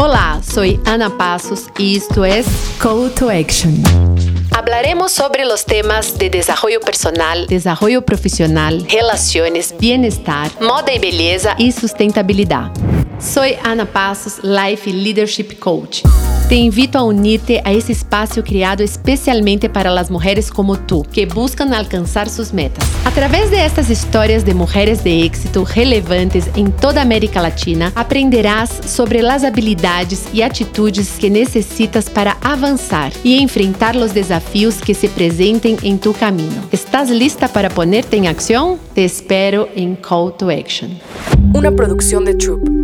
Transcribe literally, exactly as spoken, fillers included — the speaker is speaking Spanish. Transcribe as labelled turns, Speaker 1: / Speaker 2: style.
Speaker 1: Olá, soy Ana Passos y esto es
Speaker 2: Call to Action.
Speaker 1: Hablaremos sobre los temas de desarrollo personal, desarrollo profesional, relaciones, bienestar, moda y belleza y sustentabilidad. Soy Ana Passos, Life Leadership Coach. Te invito a unirte a esse espaço criado especialmente para as mulheres como tu, que buscam alcançar suas metas. Através de estas histórias de mulheres de éxito relevantes em toda a América Latina, aprenderás sobre as habilidades e atitudes que necessitas para avançar e enfrentar os desafios que se presentem em tu caminho. ¿Estás lista para ponerte em ação? Te espero em Call to Action.
Speaker 2: Una producción de Troop.